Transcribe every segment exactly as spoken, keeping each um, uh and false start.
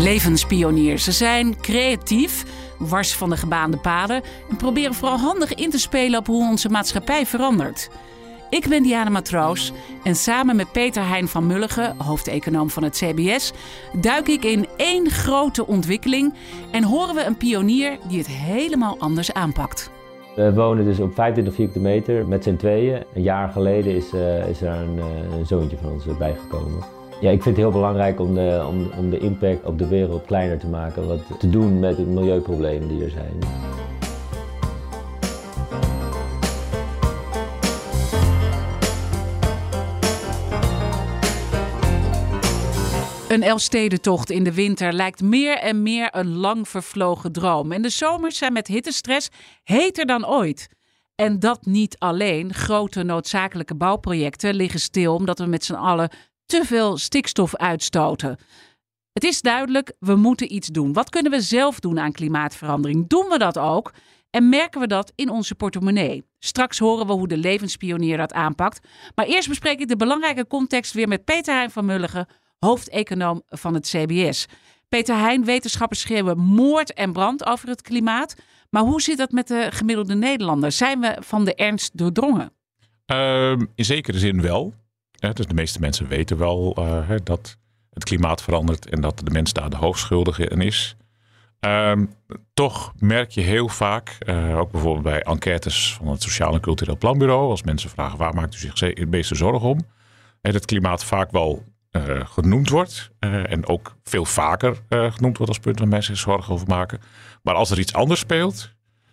Levenspioniers. Ze zijn creatief, wars van de gebaande paden en proberen vooral handig in te spelen op hoe onze maatschappij verandert. Ik ben Diana Matroos en samen met Peter Hein van Mulligen, hoofdeconoom van het C B S, duik ik in één grote ontwikkeling en horen we een pionier die het helemaal anders aanpakt. We wonen dus op vijfentwintig vierkante meter met z'n tweeën. Een jaar geleden is, uh, is er een, uh, een zoontje van ons bijgekomen. Ja, ik vind het heel belangrijk om de, om, om de impact op de wereld kleiner te maken. Wat te doen met de milieuproblemen die er zijn. Een Elfstedentocht in de winter lijkt meer en meer een lang vervlogen droom. En de zomers zijn met hittestress heter dan ooit. En dat niet alleen. Grote noodzakelijke bouwprojecten liggen stil omdat we met z'n allen te veel stikstof uitstoten. Het is duidelijk, we moeten iets doen. Wat kunnen we zelf doen aan klimaatverandering? Doen we dat ook? En merken we dat in onze portemonnee? Straks horen we hoe de levenspionier dat aanpakt. Maar eerst bespreek ik de belangrijke context weer met Peter Hein van Mulligen, hoofdeconoom van het C B S. Peter Hein, wetenschappers schreeuwen moord en brand over het klimaat. Maar hoe zit dat met de gemiddelde Nederlander? Zijn we van de ernst doordrongen? Uh, in zekere zin wel. Ja, dus de meeste mensen weten wel uh, dat het klimaat verandert en dat de mens daar de hoofdschuldige in is. Uh, toch merk je heel vaak, uh, ook bijvoorbeeld bij enquêtes van het Sociaal en Cultureel Planbureau, als mensen vragen waar maakt u zich het meeste zorgen om, dat het klimaat vaak wel uh, genoemd wordt uh, en ook veel vaker uh, genoemd wordt als punt waar mensen zich zorgen over maken. Maar als er iets anders speelt,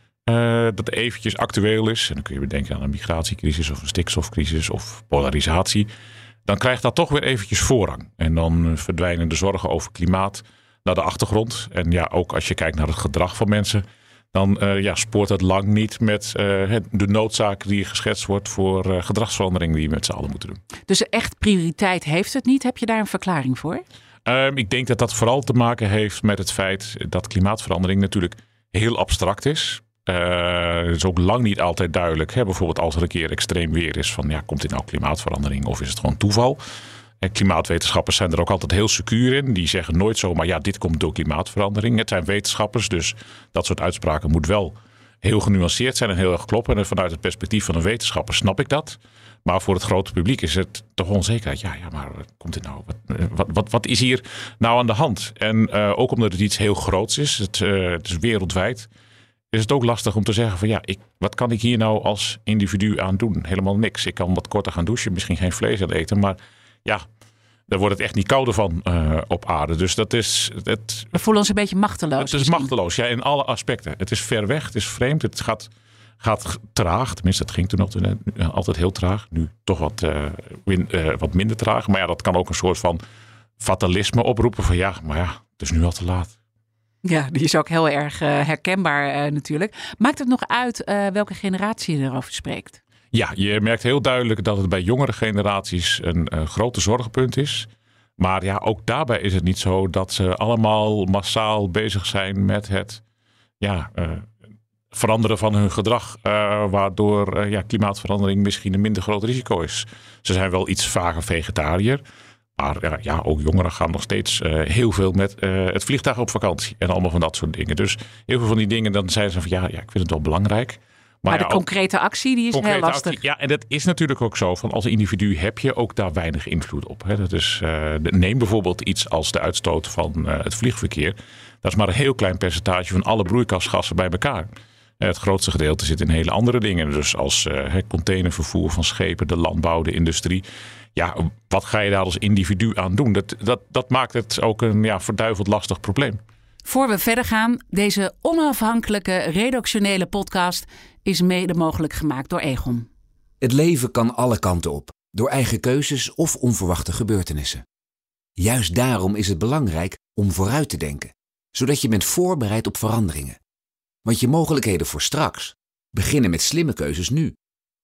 Uh, dat eventjes actueel is, en dan kun je bedenken aan een migratiecrisis of een stikstofcrisis of polarisatie, dan krijgt dat toch weer eventjes voorrang. En dan verdwijnen de zorgen over klimaat naar de achtergrond. En ja, ook als je kijkt naar het gedrag van mensen, dan uh, ja, spoort het lang niet met uh, de noodzaak die geschetst wordt voor uh, gedragsverandering die we met z'n allen moeten doen. Dus echt prioriteit heeft het niet? Heb je daar een verklaring voor? Uh, ik denk dat dat vooral te maken heeft met het feit dat klimaatverandering natuurlijk heel abstract is. Uh, het is ook lang niet altijd duidelijk. Hè? Bijvoorbeeld als er een keer extreem weer is van ja, komt dit nou klimaatverandering of is het gewoon toeval? En klimaatwetenschappers zijn er ook altijd heel secuur in. Die zeggen nooit zomaar ja, dit komt door klimaatverandering. Het zijn wetenschappers, dus dat soort uitspraken moet wel heel genuanceerd zijn en heel erg kloppen. En vanuit het perspectief van een wetenschapper snap ik dat. Maar voor het grote publiek is het toch onzekerheid. Ja, ja maar komt dit nou? Wat, wat, wat, wat is hier nou aan de hand? En uh, ook omdat het iets heel groots is, het, uh, het is wereldwijd, is het ook lastig om te zeggen van ja, ik, wat kan ik hier nou als individu aan doen? Helemaal niks. Ik kan wat korter gaan douchen, misschien geen vlees aan eten, maar ja, daar wordt het echt niet kouder van uh, op aarde. Dus dat is het. We voelen ons een beetje machteloos. Het is misschien. machteloos, ja, in alle aspecten. Het is ver weg, het is vreemd, het gaat, gaat traag. Tenminste, het ging toen altijd, altijd heel traag. Nu toch wat, uh, win, uh, wat minder traag. Maar ja, dat kan ook een soort van fatalisme oproepen van ja, maar ja, het is nu al te laat. Ja, die is ook heel erg uh, herkenbaar uh, natuurlijk. Maakt het nog uit uh, welke generatie je erover spreekt? Ja, je merkt heel duidelijk dat het bij jongere generaties een uh, grote zorgpunt is. Maar ja, ook daarbij is het niet zo dat ze allemaal massaal bezig zijn met het ja, uh, veranderen van hun gedrag. Uh, waardoor uh, ja, klimaatverandering misschien een minder groot risico is. Ze zijn wel iets vager vegetariër. Maar ja, ook jongeren gaan nog steeds uh, heel veel met uh, het vliegtuig op vakantie. En allemaal van dat soort dingen. Dus heel veel van die dingen, dan zijn ze van ja, ja ik vind het wel belangrijk. Maar, maar de ja, concrete actie, die is heel lastig. Actie, ja, en dat is natuurlijk ook zo. Van als individu heb je ook daar weinig invloed op. Hè. Dat is, uh, neem bijvoorbeeld iets als de uitstoot van uh, het vliegverkeer. Dat is maar een heel klein percentage van alle broeikasgassen bij elkaar. Uh, het grootste gedeelte zit in hele andere dingen. Dus als uh, containervervoer van schepen, de landbouw, de industrie. Ja, wat ga je daar als individu aan doen? Dat, dat, dat maakt het ook een ja, verduiveld lastig probleem. Voor we verder gaan, deze onafhankelijke redactionele podcast is mede mogelijk gemaakt door Egon. Het leven kan alle kanten op, door eigen keuzes of onverwachte gebeurtenissen. Juist daarom is het belangrijk om vooruit te denken, zodat je bent voorbereid op veranderingen. Want je mogelijkheden voor straks beginnen met slimme keuzes nu.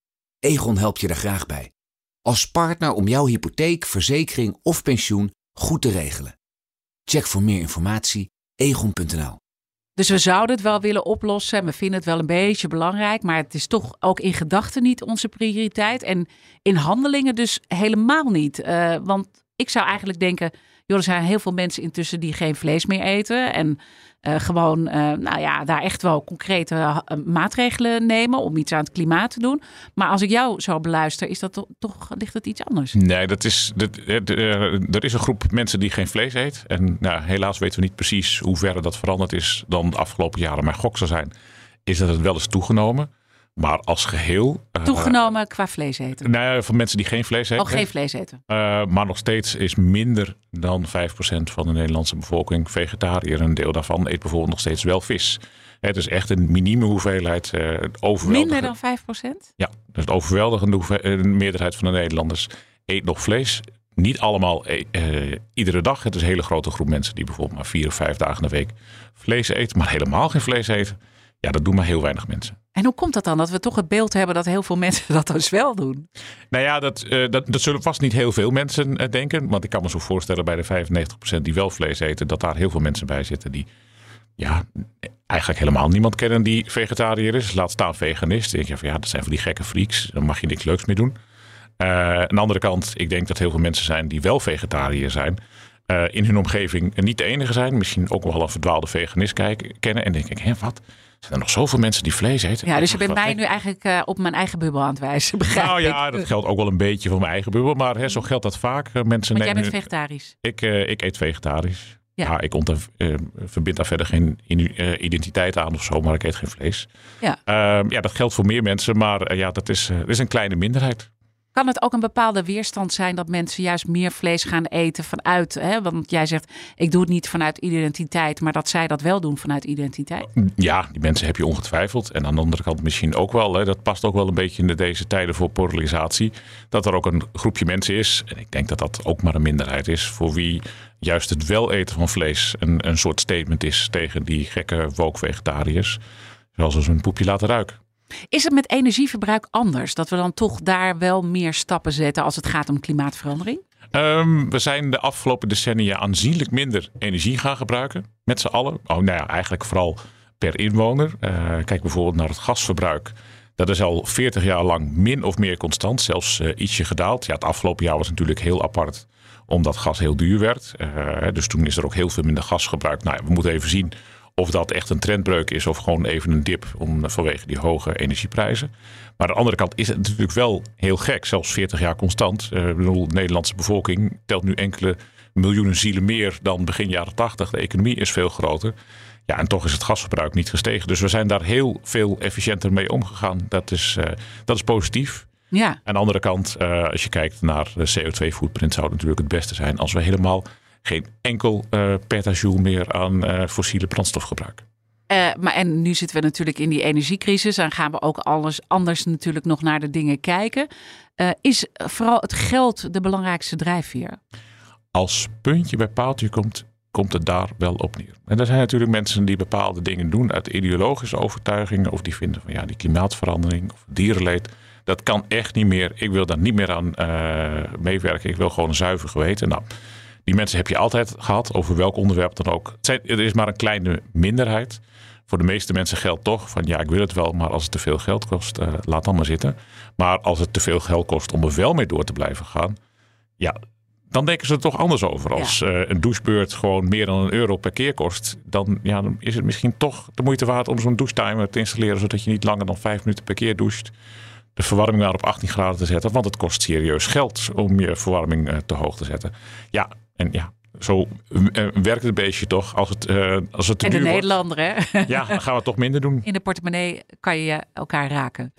Egon helpt je daar graag bij. Als partner om jouw hypotheek, verzekering of pensioen goed te regelen. Check voor meer informatie egon punt n l. Dus we zouden het wel willen oplossen. We vinden het wel een beetje belangrijk. Maar het is toch ook in gedachten niet onze prioriteit. En in handelingen dus helemaal niet. Uh, want ik zou eigenlijk denken, Joh, er zijn heel veel mensen intussen die geen vlees meer eten. En uh, gewoon uh, nou ja, daar echt wel concrete uh, maatregelen nemen om iets aan het klimaat te doen. Maar als ik jou zo beluister, is dat to- toch, ligt het iets anders? Nee, dat is, dat, er is een groep mensen die geen vlees eet. En nou, helaas weten we niet precies hoe ver dat veranderd is dan de afgelopen jaren. Maar gok zou zijn, is dat het wel eens toegenomen. Maar als geheel... Toegenomen uh, qua vlees eten? Nou ja, van mensen die geen vlees eten. Oh, geen vlees eten. Uh, maar nog steeds is minder dan vijf procent van de Nederlandse bevolking vegetariër. Een deel daarvan eet bijvoorbeeld nog steeds wel vis. Het is echt een minieme hoeveelheid. Uh, Minder dan vijf procent? Ja, dus de overweldigende hoeve- uh, meerderheid van de Nederlanders eet nog vlees. Niet allemaal uh, iedere dag. Het is een hele grote groep mensen die bijvoorbeeld maar vier of vijf dagen in de week vlees eten. Maar helemaal geen vlees eten. Ja, dat doen maar heel weinig mensen. En hoe komt dat dan? Dat we toch het beeld hebben dat heel veel mensen dat dus wel doen? Nou ja, dat, uh, dat, dat zullen vast niet heel veel mensen uh, denken. Want ik kan me zo voorstellen bij de vijfennegentig procent die wel vlees eten, dat daar heel veel mensen bij zitten die ja, eigenlijk helemaal niemand kennen die vegetariër is. Laat staan veganist. Dan denk je van ja, dat zijn van die gekke freaks. Dan mag je niks leuks meer doen. Uh, aan de andere kant, ik denk dat heel veel mensen zijn die wel vegetariër zijn. Uh, in hun omgeving niet de enige zijn. Misschien ook wel een verdwaalde veganist kijken, kennen. En denk ik, hè, wat? Zijn er nog zoveel mensen die vlees eten? Ja, dus je bent mij nu eigenlijk uh, op mijn eigen bubbel aan het wijzen, begrijp Nou ja, ik. dat geldt ook wel een beetje voor mijn eigen bubbel. Maar hè, zo geldt dat vaak. Mensen Want nemen jij bent hun... vegetarisch? Ik, uh, ik eet vegetarisch. Ja, ja ik ont- uh, verbind daar verder geen uh, identiteit aan of zo. Maar ik eet geen vlees. Ja, uh, ja dat geldt voor meer mensen. Maar uh, ja, dat is, uh, dat is een kleine minderheid. Kan het ook een bepaalde weerstand zijn dat mensen juist meer vlees gaan eten vanuit, hè? Want jij zegt, ik doe het niet vanuit identiteit, maar dat zij dat wel doen vanuit identiteit? Ja, die mensen heb je ongetwijfeld. En aan de andere kant misschien ook wel, hè, dat past ook wel een beetje in deze tijden voor polarisatie, dat er ook een groepje mensen is, en ik denk dat dat ook maar een minderheid is, voor wie juist het wel eten van vlees een, een soort statement is tegen die gekke woke vegetariërs, zoals ze hun poepje laten ruiken. Is het met energieverbruik anders? Dat we dan toch daar wel meer stappen zetten als het gaat om klimaatverandering? Um, we zijn de afgelopen decennia aanzienlijk minder energie gaan gebruiken. Met z'n allen. Oh, nou ja, eigenlijk vooral per inwoner. Uh, kijk bijvoorbeeld naar het gasverbruik. Dat is al veertig jaar lang min of meer constant. Zelfs uh, ietsje gedaald. Ja, het afgelopen jaar was natuurlijk heel apart. Omdat gas heel duur werd. Uh, dus toen is er ook heel veel minder gas gebruikt. Nou ja, we moeten even zien of dat echt een trendbreuk is of gewoon even een dip om, vanwege die hoge energieprijzen. Maar aan de andere kant is het natuurlijk wel heel gek. Zelfs veertig jaar constant. Uh, ik bedoel, de Nederlandse bevolking telt nu enkele miljoenen zielen meer dan begin jaren tachtig. De economie is veel groter. Ja, en toch is het gasverbruik niet gestegen. Dus we zijn daar heel veel efficiënter mee omgegaan. Dat is, uh, dat is positief. Ja. Aan de andere kant, uh, als je kijkt naar de C O twee footprint, zou het natuurlijk het beste zijn als we helemaal geen enkel uh, petajoule meer aan uh, fossiele brandstof gebruiken. Uh, maar en nu zitten we natuurlijk in die energiecrisis. Dan gaan we ook alles anders natuurlijk nog naar de dingen kijken. Uh, is vooral het geld de belangrijkste drijfveer? Als puntje bij paaltje komt, komt het daar wel op neer. En er zijn natuurlijk mensen die bepaalde dingen doen uit ideologische overtuigingen. Of die vinden van ja, die klimaatverandering of dierenleed. Dat kan echt niet meer. Ik wil daar niet meer aan uh, meewerken. Ik wil gewoon een zuiver geweten. Nou, die mensen heb je altijd gehad, over welk onderwerp dan ook. Het, zijn, het is maar een kleine minderheid. Voor de meeste mensen geldt toch van ja, ik wil het wel, maar als het te veel geld kost, uh, laat dan maar zitten. Maar als het te veel geld kost om er wel mee door te blijven gaan, ja, dan denken ze er toch anders over. Als ja. uh, een douchebeurt gewoon meer dan een euro per keer kost, dan, ja, dan is het misschien toch de moeite waard om zo'n douchetimer te installeren, zodat je niet langer dan vijf minuten per keer doucht. De verwarming daar op achttien graden te zetten, want het kost serieus geld om je verwarming uh, te hoog te zetten. Ja, en ja, zo uh, werkt het beestje toch. Als het, uh, als het te en de duur Nederlander, wordt, hè? Ja, dan gaan we toch minder doen. In de portemonnee kan je elkaar raken.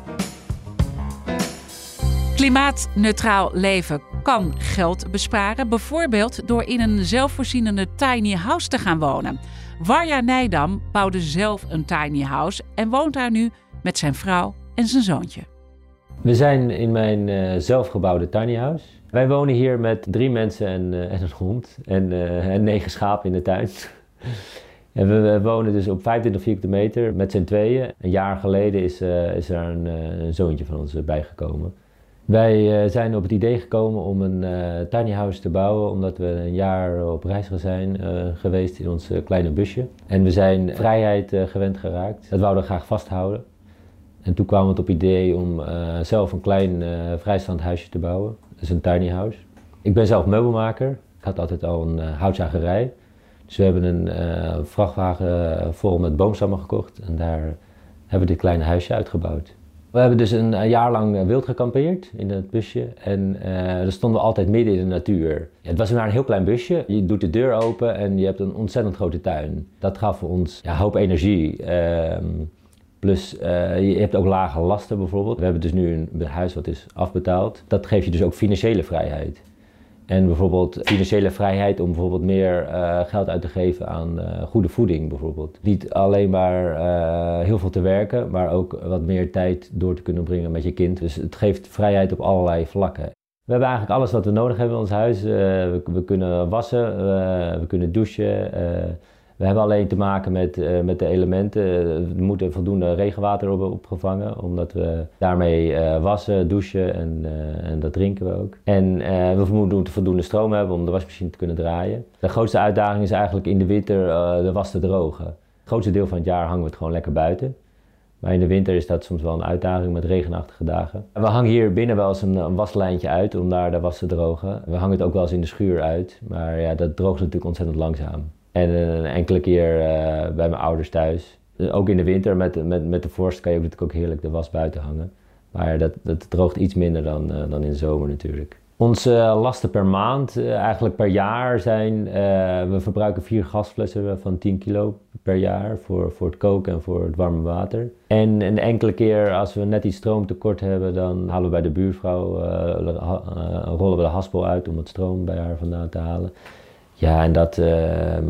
Klimaatneutraal leven kan geld besparen. Bijvoorbeeld door in een zelfvoorzienende tiny house te gaan wonen. Warja Nijdam bouwde zelf een tiny house en woont daar nu met zijn vrouw en zijn zoontje. We zijn in mijn uh, zelfgebouwde tiny house. Wij wonen hier met drie mensen en, uh, en een hond en, uh, en negen schapen in de tuin. En we, we wonen dus op vijfentwintig vierkante meter met z'n tweeën. Een jaar geleden is, uh, is er een, uh, een zoontje van ons bijgekomen. Wij uh, zijn op het idee gekomen om een uh, tiny house te bouwen omdat we een jaar op reis zijn uh, geweest in ons uh, kleine busje. En we zijn vrijheid uh, gewend geraakt. Dat wouden we graag vasthouden. En toen kwamen we op het idee om uh, zelf een klein uh, vrijstaand huisje te bouwen. Dus een tiny house. Ik ben zelf meubelmaker. Ik had altijd al een uh, houtzagerij. Dus we hebben een uh, vrachtwagen vol met boomstammen gekocht en daar hebben we dit kleine huisje uitgebouwd. We hebben dus een, een jaar lang wild gekampeerd in het busje en uh, daar stonden we altijd midden in de natuur. Ja, het was maar een heel klein busje. Je doet de deur open en je hebt een ontzettend grote tuin. Dat gaf ons ja, hoop energie. Uh, plus uh, je hebt ook lage lasten bijvoorbeeld. We hebben dus nu een huis wat is afbetaald. Dat geeft je dus ook financiële vrijheid. En bijvoorbeeld financiële vrijheid om bijvoorbeeld meer uh, geld uit te geven aan uh, goede voeding bijvoorbeeld. Niet alleen maar uh, heel veel te werken, maar ook wat meer tijd door te kunnen brengen met je kind. Dus het geeft vrijheid op allerlei vlakken. We hebben eigenlijk alles wat we nodig hebben in ons huis. Uh, we, we kunnen wassen, uh, we kunnen douchen. Uh, we hebben alleen te maken met, uh, met de elementen. Er moet voldoende regenwater worden opgevangen, omdat we daarmee uh, wassen, douchen en, uh, en dat drinken we ook. En uh, we moeten voldoende stroom hebben om de wasmachine te kunnen draaien. De grootste uitdaging is eigenlijk in de winter uh, de was te drogen. Het grootste deel van het jaar hangen we het gewoon lekker buiten. Maar in de winter is dat soms wel een uitdaging met regenachtige dagen. We hangen hier binnen wel eens een, een waslijntje uit om daar de was te drogen. We hangen het ook wel eens in de schuur uit, maar ja, dat droogt natuurlijk ontzettend langzaam. En een enkele keer uh, bij mijn ouders thuis. Ook in de winter met, met, met de vorst kan je ook, natuurlijk ook heerlijk de was buiten hangen. Maar dat, dat droogt iets minder dan, uh, dan in de zomer natuurlijk. Onze uh, lasten per maand, uh, eigenlijk per jaar zijn, uh, we verbruiken vier gasflessen van tien kilo per jaar voor, voor het koken en voor het warme water. En een enkele keer als we net iets stroomtekort hebben, dan halen we bij de buurvrouw, uh, uh, rollen we de haspel uit om het stroom bij haar vandaan te halen. Ja, en dat uh,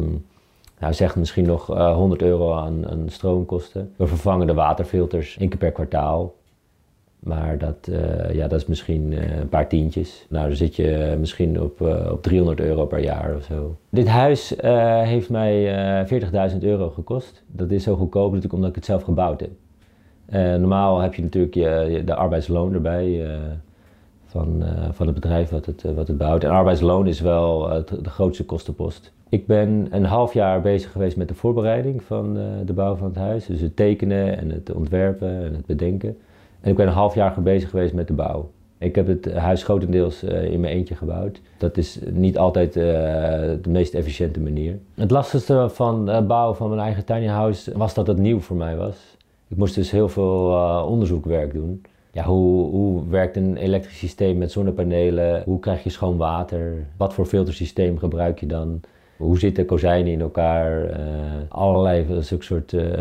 nou, zegt misschien nog uh, honderd euro aan, aan stroomkosten. We vervangen de waterfilters één keer per kwartaal. Maar dat, uh, ja, dat is misschien uh, een paar tientjes. Nou, dan zit je misschien op, uh, op driehonderd euro per jaar of zo. Dit huis uh, heeft mij uh, veertigduizend euro gekost. Dat is zo goedkoop natuurlijk omdat ik het zelf gebouwd heb. Uh, normaal heb je natuurlijk je, je, de arbeidsloon erbij. Uh, Van, uh, van het bedrijf wat het, uh, wat het bouwt. En arbeidsloon is wel uh, de grootste kostenpost. Ik ben een half jaar bezig geweest met de voorbereiding van uh, de bouw van het huis. Dus het tekenen en het ontwerpen en het bedenken. En ik ben een half jaar bezig geweest met de bouw. Ik heb het huis grotendeels uh, in mijn eentje gebouwd. Dat is niet altijd uh, de meest efficiënte manier. Het lastigste van het bouwen van mijn eigen tiny house was dat het nieuw voor mij was. Ik moest dus heel veel uh, onderzoekwerk doen. Ja, hoe, hoe werkt een elektrisch systeem met zonnepanelen? Hoe krijg je schoon water? Wat voor filtersysteem gebruik je dan? Hoe zitten kozijnen in elkaar? Uh, allerlei zulke soort uh,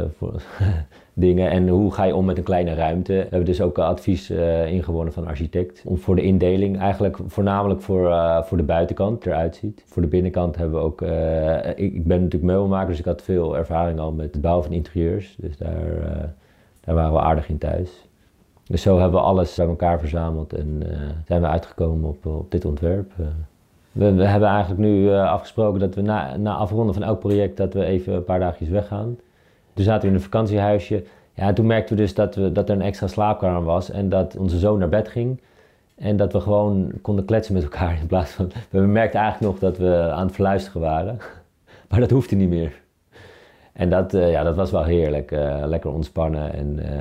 dingen. En hoe ga je om met een kleine ruimte? We hebben dus ook advies uh, ingewonnen van een architect. Om voor de indeling, eigenlijk voornamelijk voor, uh, voor de buitenkant eruit ziet. Voor de binnenkant hebben we ook... Uh, ik, ik ben natuurlijk meubelmaker, dus ik had veel ervaring al met het bouwen van interieurs. Dus daar, uh, daar waren we aardig in thuis. Dus zo hebben we alles bij elkaar verzameld en uh, zijn we uitgekomen op, op dit ontwerp. Uh, we, we hebben eigenlijk nu uh, afgesproken dat we na, na afronden van elk project dat we even een paar dagjes weggaan. Toen zaten we in een vakantiehuisje. Ja, toen merkten we dus dat, we, dat er een extra slaapkamer was en dat onze zoon naar bed ging. En dat we gewoon konden kletsen met elkaar in plaats van... We merkten eigenlijk nog dat we aan het verluisteren waren. Maar dat hoefde niet meer. En dat, uh, ja, dat was wel heerlijk. Uh, lekker ontspannen en... Uh,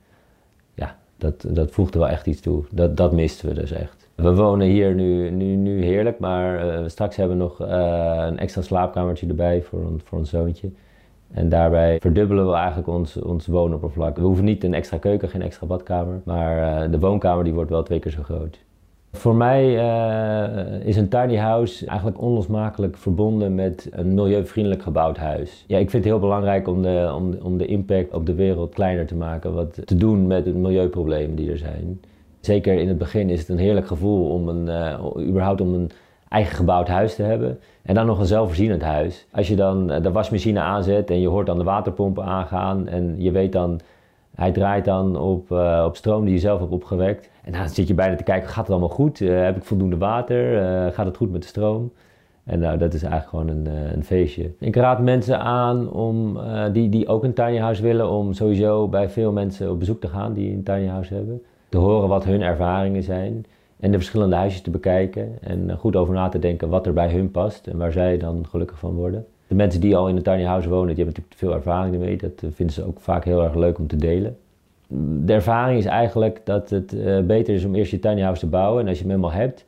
Dat, dat voegde wel echt iets toe. Dat, dat misten we dus echt. We wonen hier nu, nu, nu heerlijk, maar uh, straks hebben we nog uh, een extra slaapkamertje erbij voor, on, voor ons zoontje. En daarbij verdubbelen we eigenlijk ons, ons woonoppervlak. We hoeven niet een extra keuken, geen extra badkamer, maar uh, de woonkamer die wordt wel twee keer zo groot. Voor mij uh, is een tiny house eigenlijk onlosmakelijk verbonden met een milieuvriendelijk gebouwd huis. Ja, ik vind het heel belangrijk om de, om, om de impact op de wereld kleiner te maken. Wat te doen met de milieuproblemen die er zijn. Zeker in het begin is het een heerlijk gevoel om een, uh, überhaupt om een eigen gebouwd huis te hebben. En dan nog een zelfvoorzienend huis. Als je dan de wasmachine aanzet en je hoort dan de waterpompen aangaan en je weet dan... Hij draait dan op, uh, op stroom die je zelf hebt opgewekt. En dan zit je bijna te kijken, gaat het allemaal goed? Uh, heb ik voldoende water? Uh, gaat het goed met de stroom? En nou, dat is eigenlijk gewoon een, uh, een feestje. Ik raad mensen aan om, uh, die, die ook een tiny house willen, om sowieso bij veel mensen op bezoek te gaan die een tiny house hebben. Te horen wat hun ervaringen zijn en de verschillende huisjes te bekijken. En uh, goed over na te denken wat er bij hun past en waar zij dan gelukkig van worden. De mensen die al in een tiny house wonen, die hebben natuurlijk veel ervaring ermee. Dat vinden ze ook vaak heel erg leuk om te delen. De ervaring is eigenlijk dat het uh, beter is om eerst je tiny house te bouwen. En als je hem helemaal hebt,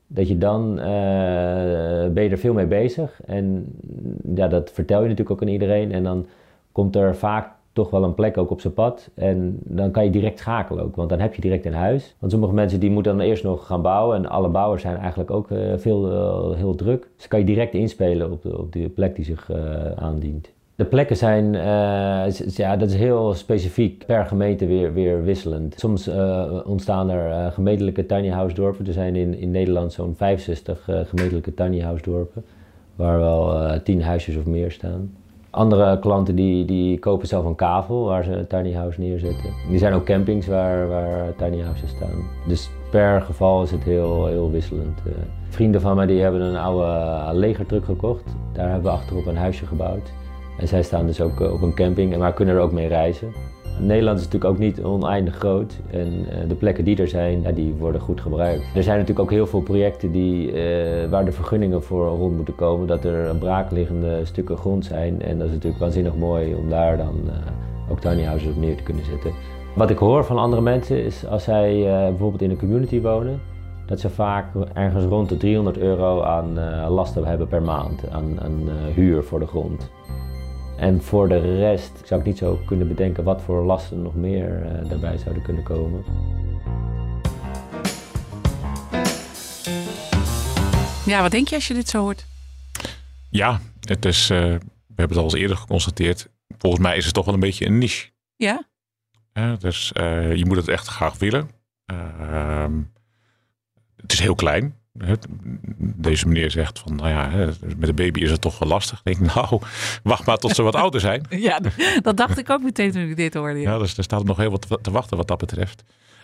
dat je dan uh, ben je er veel mee bezig. En ja, dat vertel je natuurlijk ook aan iedereen. En dan komt er vaak toch wel een plek ook op zijn pad. En dan kan je direct schakelen ook, want dan heb je direct een huis. Want sommige mensen die moeten dan eerst nog gaan bouwen. En alle bouwers zijn eigenlijk ook uh, veel, uh, heel druk. Dus dan kan je direct inspelen op de, op de plek die zich uh, aandient. De plekken zijn, uh, ja, dat is heel specifiek, per gemeente weer, weer wisselend. Soms uh, ontstaan er uh, gemeentelijke tiny house dorpen. Er zijn in, in Nederland zo'n vijfenzestig uh, gemeentelijke tiny house dorpen, waar wel uh, tien huisjes of meer staan. Andere klanten die, die kopen zelf een kavel waar ze een tiny house neerzetten. Er zijn ook campings waar, waar tiny houses staan. Dus per geval is het heel, heel wisselend. Uh, vrienden van mij die hebben een oude legertruck gekocht. Daar hebben we achterop een huisje gebouwd. En zij staan dus ook op een camping, maar kunnen er ook mee reizen. Nederland is natuurlijk ook niet oneindig groot en de plekken die er zijn, ja, die worden goed gebruikt. Er zijn natuurlijk ook heel veel projecten die, uh, waar de vergunningen voor rond moeten komen, dat er braakliggende stukken grond zijn. En dat is natuurlijk waanzinnig mooi om daar dan uh, ook tiny houses op neer te kunnen zetten. Wat ik hoor van andere mensen is als zij uh, bijvoorbeeld in een community wonen, dat ze vaak ergens rond de driehonderd euro aan uh, lasten hebben per maand, aan, aan uh, huur voor de grond. En voor de rest zou ik niet zo kunnen bedenken wat voor lasten nog meer uh, daarbij zouden kunnen komen. Ja, wat denk je als je dit zo hoort? Ja, het is, uh, we hebben het al eens eerder geconstateerd. Volgens mij is het toch wel een beetje een niche. Ja? Uh, dus uh, je moet het echt graag willen. Uh, het is heel klein. Deze meneer zegt van, nou ja, met een baby is het toch wel lastig. Ik denk, nou, wacht maar tot ze wat ouder zijn. Ja, dat dacht ik ook meteen toen ik dit hoorde. Ja, ja dus er staat nog heel wat te wachten wat dat betreft.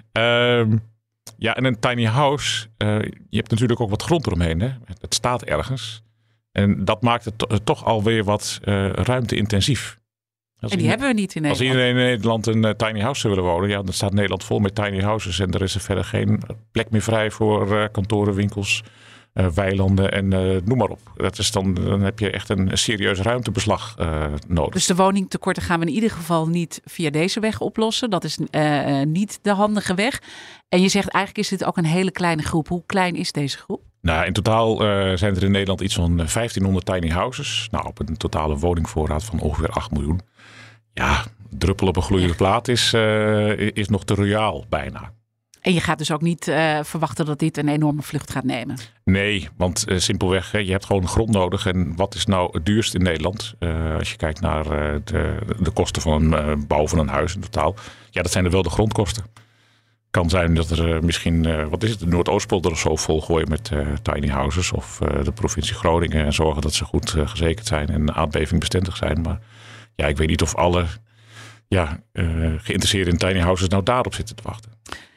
Um, ja, en een tiny house, uh, je hebt natuurlijk ook wat grond eromheen. Hè? Het staat ergens. En dat maakt het to- toch alweer wat uh, ruimte-intensief. Als en die hebben we niet in Nederland. Als iedereen in Nederland een uh, tiny house zou willen wonen, ja, dan staat Nederland vol met tiny houses. En er is er verder geen plek meer vrij voor uh, kantoren, winkels, uh, weilanden en uh, noem maar op. Dat is dan, dan heb je echt een, een serieus ruimtebeslag uh, nodig. Dus de woningtekorten gaan we in ieder geval niet via deze weg oplossen. Dat is uh, uh, niet de handige weg. En je zegt eigenlijk is dit ook een hele kleine groep. Hoe klein is deze groep? Nou, in totaal uh, zijn er in Nederland iets van vijftienhonderd tiny houses. Nou, op een totale woningvoorraad van ongeveer acht miljoen. Ja, druppel op een gloeiende plaat is, uh, is nog te royaal bijna. En je gaat dus ook niet uh, verwachten dat dit een enorme vlucht gaat nemen? Nee, want uh, simpelweg, hè, je hebt gewoon grond nodig. En wat is nou het duurst in Nederland? Uh, als je kijkt naar uh, de, de kosten van een uh, bouw van een huis in totaal. Ja, dat zijn er wel de grondkosten. Kan zijn dat er uh, misschien, uh, wat is het, de Noordoostpolder of zo volgooien met uh, tiny houses. Of uh, de provincie Groningen en zorgen dat ze goed uh, gezekerd zijn en aardbevingbestendig zijn. Maar ja, ik weet niet of alle ja, uh, geïnteresseerden in tiny houses nou daarop zitten te wachten.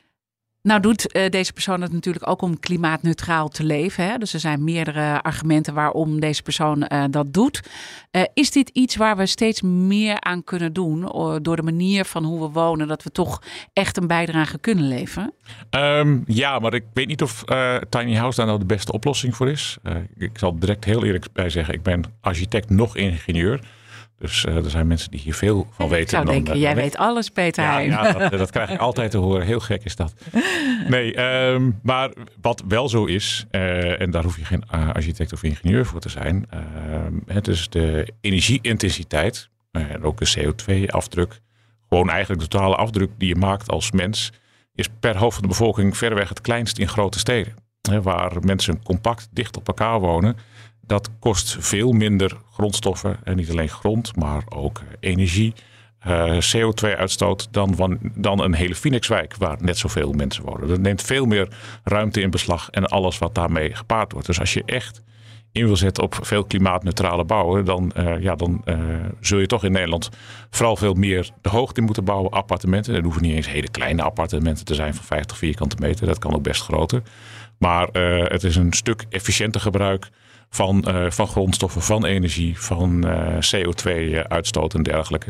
Nou doet uh, deze persoon het natuurlijk ook om klimaatneutraal te leven. Hè? Dus er zijn meerdere argumenten waarom deze persoon uh, dat doet. Uh, is dit iets waar we steeds meer aan kunnen doen? Uh, door de manier van hoe we wonen, dat we toch echt een bijdrage kunnen leveren? Um, ja, maar ik weet niet of uh, tiny house daar nou de beste oplossing voor is. Uh, ik zal direct heel eerlijk bij zeggen, ik ben architect nog ingenieur. Dus uh, er zijn mensen die hier veel van weten. Ik zou dan, denken, uh, jij weet. weet alles, Peter ja, Heijn. ja, dat, dat krijg ik altijd te horen. Heel gek is dat. Nee, um, maar wat wel zo is, uh, en daar hoef je geen uh, architect of ingenieur voor te zijn. Uh, het is de energieintensiteit uh, en ook de C O twee afdruk. Gewoon eigenlijk de totale afdruk die je maakt als mens, is per hoofd van de bevolking verreweg het kleinst in grote steden. Hè, waar mensen compact dicht op elkaar wonen. Dat kost veel minder grondstoffen. En niet alleen grond, maar ook energie, uh, C O twee uitstoot dan, van, dan een hele Phoenixwijk waar net zoveel mensen wonen. Dat neemt veel meer ruimte in beslag en alles wat daarmee gepaard wordt. Dus als je echt in wil zetten op veel klimaatneutrale bouwen, dan, uh, ja, dan uh, zul je toch in Nederland vooral veel meer de hoogte in moeten bouwen. Appartementen. Dat hoeven niet eens hele kleine appartementen te zijn van vijftig vierkante meter. Dat kan ook best groter. Maar uh, het is een stuk efficiënter gebruik van, uh, van grondstoffen, van energie, van uh, C O twee uitstoot en dergelijke.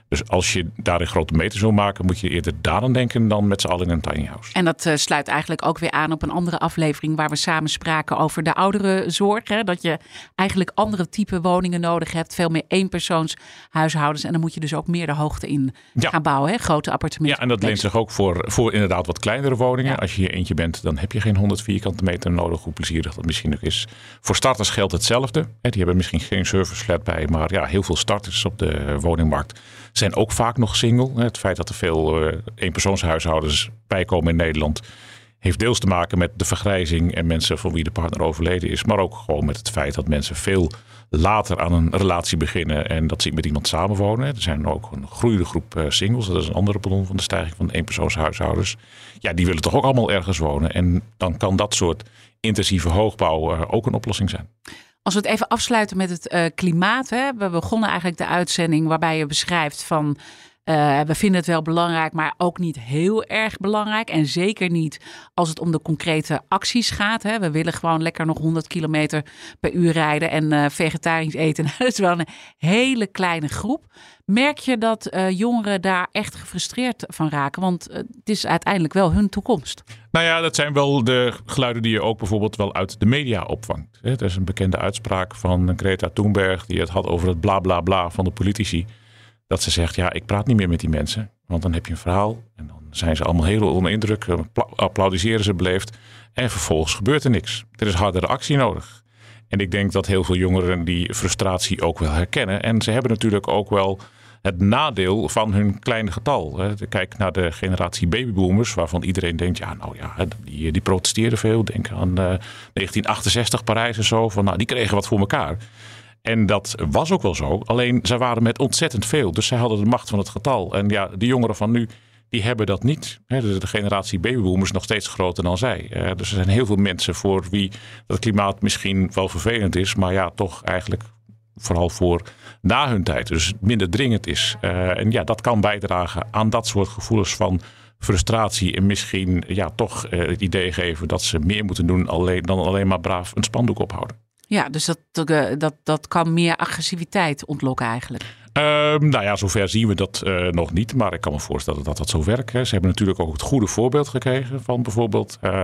Dus als je daarin grote meters wil maken, moet je eerder daaraan denken dan met z'n allen in een tiny house. En dat uh, sluit eigenlijk ook weer aan op een andere aflevering waar we samen spraken over de ouderenzorg. Hè? Dat je eigenlijk andere type woningen nodig hebt. Veel meer eenpersoonshuishoudens. En dan moet je dus ook meer de hoogte in ja. gaan bouwen. Hè? Grote appartementen. Ja, en dat leent zich ook voor, voor inderdaad wat kleinere woningen. Ja. Als je hier eentje bent, dan heb je geen honderd vierkante meter nodig. Hoe plezierig dat misschien ook is. Voor starters geldt hetzelfde. Hè? Die hebben misschien geen service flat bij. Maar ja, heel veel starters op de woningmarkt zijn ook vaak nog single. Het feit dat er veel uh, eenpersoonshuishoudens bijkomen in Nederland heeft deels te maken met de vergrijzing en mensen van wie de partner overleden is. Maar ook gewoon met het feit dat mensen veel later aan een relatie beginnen en dat ze met iemand samenwonen. Er zijn ook een groeiende groep uh, singles. Dat is een andere bron van de stijging van eenpersoonshuishoudens. Ja, die willen toch ook allemaal ergens wonen. En dan kan dat soort intensieve hoogbouw uh, ook een oplossing zijn. Als we het even afsluiten met het uh, klimaat. Hè? We begonnen eigenlijk de uitzending waarbij je beschrijft van Uh, we vinden het wel belangrijk, maar ook niet heel erg belangrijk. En zeker niet als het om de concrete acties gaat. Hè. We willen gewoon lekker nog honderd kilometer per uur rijden en uh, vegetarisch eten. Dat is wel een hele kleine groep. Merk je dat uh, jongeren daar echt gefrustreerd van raken? Want uh, het is uiteindelijk wel hun toekomst. Nou ja, dat zijn wel de geluiden die je ook bijvoorbeeld wel uit de media opvangt. Er is een bekende uitspraak van Greta Thunberg die het had over het bla bla bla van de politici. Dat ze zegt, ja, ik praat niet meer met die mensen. Want dan heb je een verhaal en dan zijn ze allemaal heel onder indruk. Applaudisseren ze beleefd. En vervolgens gebeurt er niks. Er is hardere actie nodig. En ik denk dat heel veel jongeren die frustratie ook wel herkennen. En ze hebben natuurlijk ook wel het nadeel van hun kleine getal. Kijk naar de generatie babyboomers, waarvan iedereen denkt, ja, nou ja, die, die protesteerden veel. Denk aan uh, negentien achtenzestig Parijs en zo. Van, nou, die kregen wat voor elkaar. En dat was ook wel zo. Alleen, zij waren met ontzettend veel. Dus zij hadden de macht van het getal. En ja, de jongeren van nu, die hebben dat niet. De generatie babyboomers is nog steeds groter dan zij. Dus er zijn heel veel mensen voor wie dat klimaat misschien wel vervelend is. Maar ja, toch eigenlijk vooral voor na hun tijd. Dus minder dringend is. En ja, dat kan bijdragen aan dat soort gevoelens van frustratie. En misschien ja, toch het idee geven dat ze meer moeten doen dan alleen maar braaf een spandoek ophouden. Ja, dus dat, dat, dat kan meer agressiviteit ontlokken eigenlijk. Uh, nou ja, zover zien we dat uh, nog niet. Maar ik kan me voorstellen dat dat zo werkt. Hè. Ze hebben natuurlijk ook het goede voorbeeld gekregen van bijvoorbeeld uh,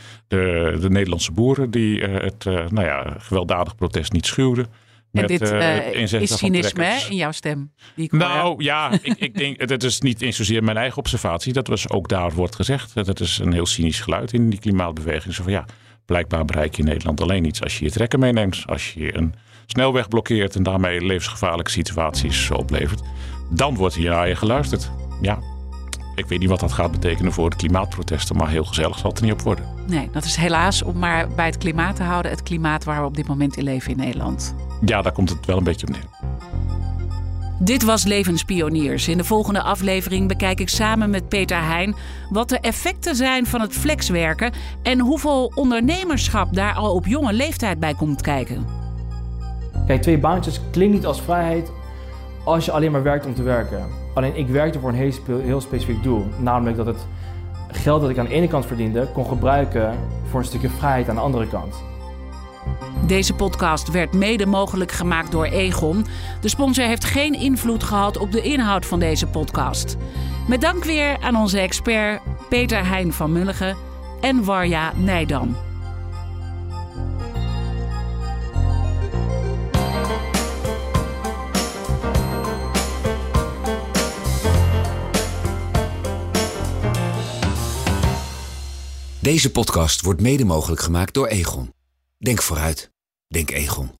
de, de Nederlandse boeren die uh, het uh, nou ja, gewelddadig protest niet schuwden. En met, dit uh, is cynisme hè, in jouw stem? Die ik nou hoor. ja, ik, ik denk, het is niet eens zozeer mijn eigen observatie. Dat was ook daar wordt gezegd. Het is een heel cynisch geluid in die klimaatbeweging. Zo van ja, blijkbaar bereik je in Nederland alleen iets als je je trekker meeneemt. Als je een snelweg blokkeert en daarmee levensgevaarlijke situaties oplevert. Dan wordt hier naar je geluisterd. Ja, ik weet niet wat dat gaat betekenen voor de klimaatprotesten. Maar heel gezellig zal het er niet op worden. Nee, dat is helaas om maar bij het klimaat te houden. Het klimaat waar we op dit moment in leven in Nederland. Ja, daar komt het wel een beetje op neer. Dit was Levenspioniers. In de volgende aflevering bekijk ik samen met Peter Heijn wat de effecten zijn van het flexwerken en hoeveel ondernemerschap daar al op jonge leeftijd bij komt kijken. Kijk, twee baantjes klinkt niet als vrijheid als je alleen maar werkt om te werken. Alleen ik werkte voor een heel, spe- heel specifiek doel. Namelijk dat het geld dat ik aan de ene kant verdiende kon gebruiken voor een stukje vrijheid aan de andere kant. Deze podcast werd mede mogelijk gemaakt door Egon. De sponsor heeft geen invloed gehad op de inhoud van deze podcast. Met dank weer aan onze expert Peter Heijn van Mulligen en Warja Nijdam. Deze podcast wordt mede mogelijk gemaakt door Egon. Denk vooruit. Denk Egon.